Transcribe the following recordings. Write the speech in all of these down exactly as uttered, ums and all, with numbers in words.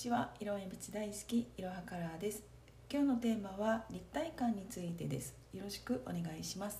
ちは。色鉛筆大好きいろはカラーです。今日のテーマは立体感についてです。よろしくお願いします。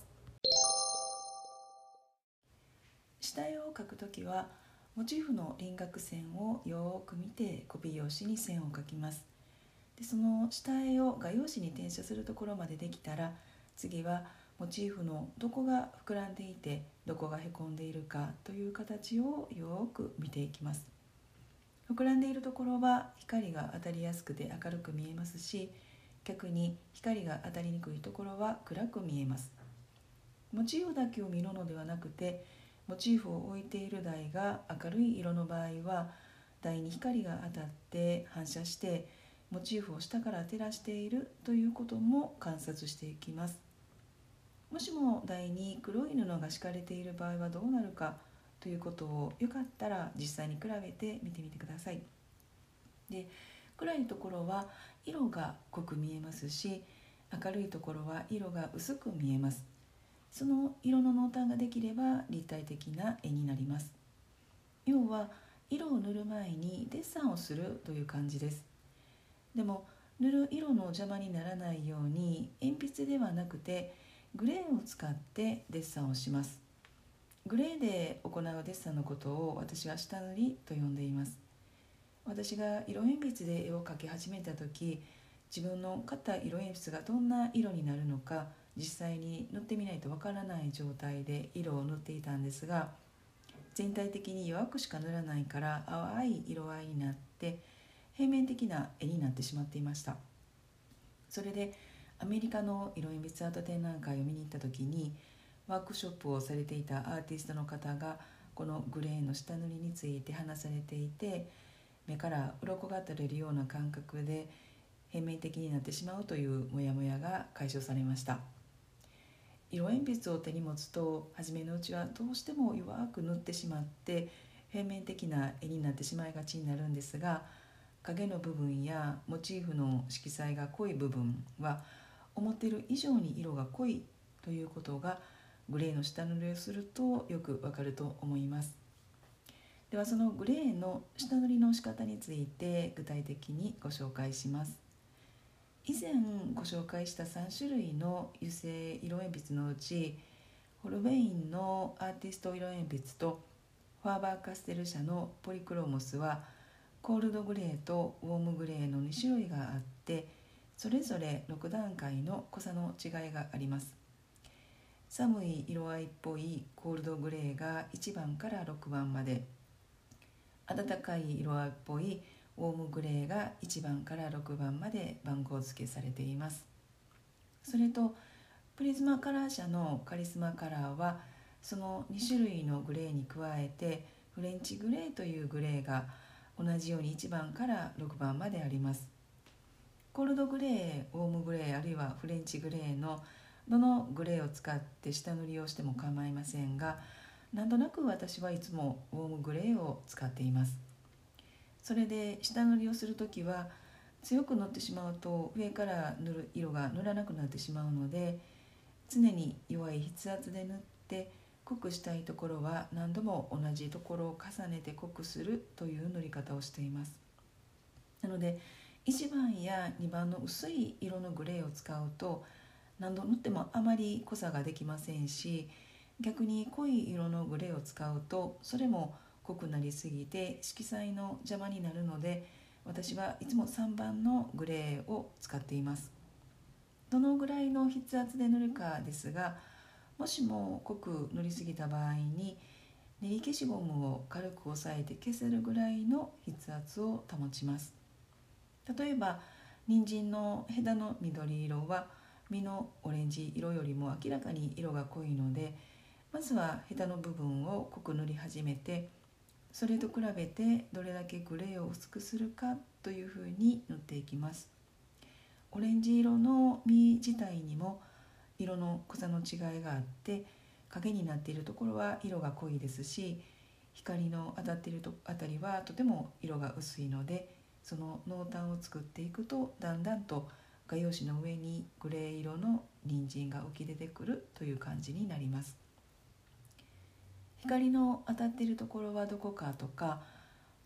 下絵を描くときはモチーフの輪郭線をよく見てコピー用紙に線を描きます。でその下絵を画用紙に転写するところまでできたら、次はモチーフのどこが膨らんでいてどこがへこんでいるかという形をよく見ていきます。膨らんでいるところは光が当たりやすくて明るく見えますし、逆に光が当たりにくいところは暗く見えます。モチーフだけを見るのではなくて、モチーフを置いている台が明るい色の場合は台に光が当たって反射してモチーフを下から照らしているということも観察していきます。もしも台に黒い布が敷かれている場合はどうなるかということをよかったら実際に比べてみてみてください。で、暗いところは色が濃く見えますし、明るいところは色が薄く見えます。その色の濃淡ができれば立体的な絵になります。要は色を塗る前にデッサンをするという感じです。でも塗る色の邪魔にならないように鉛筆ではなくてグレーを使ってデッサンをします。グレーで行うデッサンのことを私は下塗りと呼んでいます。私が色鉛筆で絵を描き始めた時、自分の買った色鉛筆がどんな色になるのか実際に塗ってみないとわからない状態で色を塗っていたんですが、全体的に弱くしか塗らないから淡い色合いになって平面的な絵になってしまっていました。それでアメリカの色鉛筆アート展覧会を見に行った時に、ワークショップをされていたアーティストの方がこのグレーの下塗りについて話されていて、目から鱗が垂れるような感覚で平面的になってしまうというモヤモヤが解消されました。色鉛筆を手に持つと初めのうちはどうしても弱く塗ってしまって平面的な絵になってしまいがちになるんですが、影の部分やモチーフの色彩が濃い部分は思っている以上に色が濃いということがグレーの下塗りをするとよくわかると思います。ではそのグレーの下塗りの仕方について具体的にご紹介します。以前ご紹介したさん種類の油性色鉛筆のうち、ホルベインのアーティスト色鉛筆とファーバーカステル社のポリクロモスはコールドグレーとウォームグレーのに種類があって、それぞれろく段階の濃さの違いがあります。寒い色合いっぽいコールドグレーがいちばんからろくばんまで、暖かい色合いっぽいウォームグレーがいちばんからろくばんまで番号付けされています。それとプリズマカラー社のカリスマカラーはそのに種類のグレーに加えてフレンチグレーというグレーが同じようにいちばんからろくばんまであります。コールドグレー、ウォームグレーあるいはフレンチグレーのどのグレーを使って下塗りをしても構いませんが、なんとなく私はいつもウォームグレーを使っています。それで下塗りをするときは強く塗ってしまうと上から塗る色が塗らなくなってしまうので、常に弱い筆圧で塗って濃くしたいところは何度も同じところを重ねて濃くするという塗り方をしています。なのでいちばんやにばんの薄い色のグレーを使うと何度塗ってもあまり濃さができませんし、逆に濃い色のグレーを使うとそれも濃くなりすぎて色彩の邪魔になるので、私はいつもさんばんのグレーを使っています。どのぐらいの筆圧で塗るかですが、もしも濃く塗りすぎた場合に練り消しゴムを軽く押さえて消せるぐらいの筆圧を保ちます。例えば人参のヘタの緑色は実のオレンジ色よりも明らかに色が濃いので、まずはヘタの部分を濃く塗り始めて、それと比べてどれだけグレーを薄くするかというふうに塗っていきます。オレンジ色の実自体にも色の濃さの違いがあって、影になっているところは色が濃いですし、光の当たっているあたりはとても色が薄いので、その濃淡を作っていくとだんだんと画用紙の上にグレー色の人参が浮き出てくるという感じになります。光の当たっているところはどこかとか、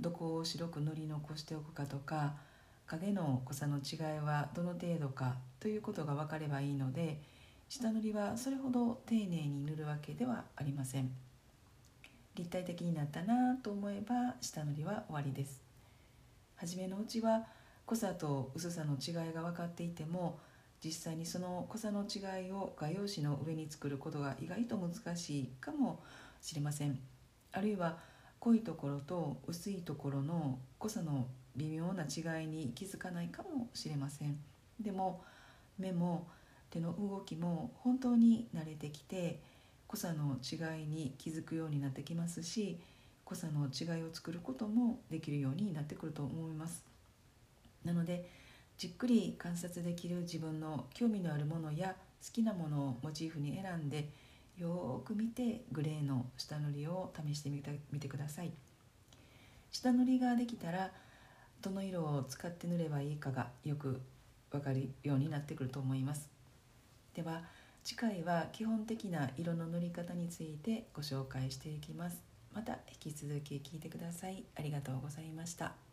どこを白く塗り残しておくかとか、影の濃さの違いはどの程度かということが分かればいいので、下塗りはそれほど丁寧に塗るわけではありません。立体的になったなと思えば下塗りは終わりです。初めのうちは濃さと薄さの違いが分かっていても、実際にその濃さの違いを画用紙の上に作ることが意外と難しいかもしれません。あるいは濃いところと薄いところの濃さの微妙な違いに気づかないかもしれません。でも目も手の動きも本当に慣れてきて、濃さの違いに気づくようになってきますし、濃さの違いを作ることもできるようになってくると思います。なのでじっくり観察できる自分の興味のあるものや好きなものをモチーフに選んで、よく見てグレーの下塗りを試してみてみてください。下塗りができたらどの色を使って塗ればいいかがよく分かるようになってくると思います。では次回は基本的な色の塗り方についてご紹介していきます。また引き続き聞いてください。ありがとうございました。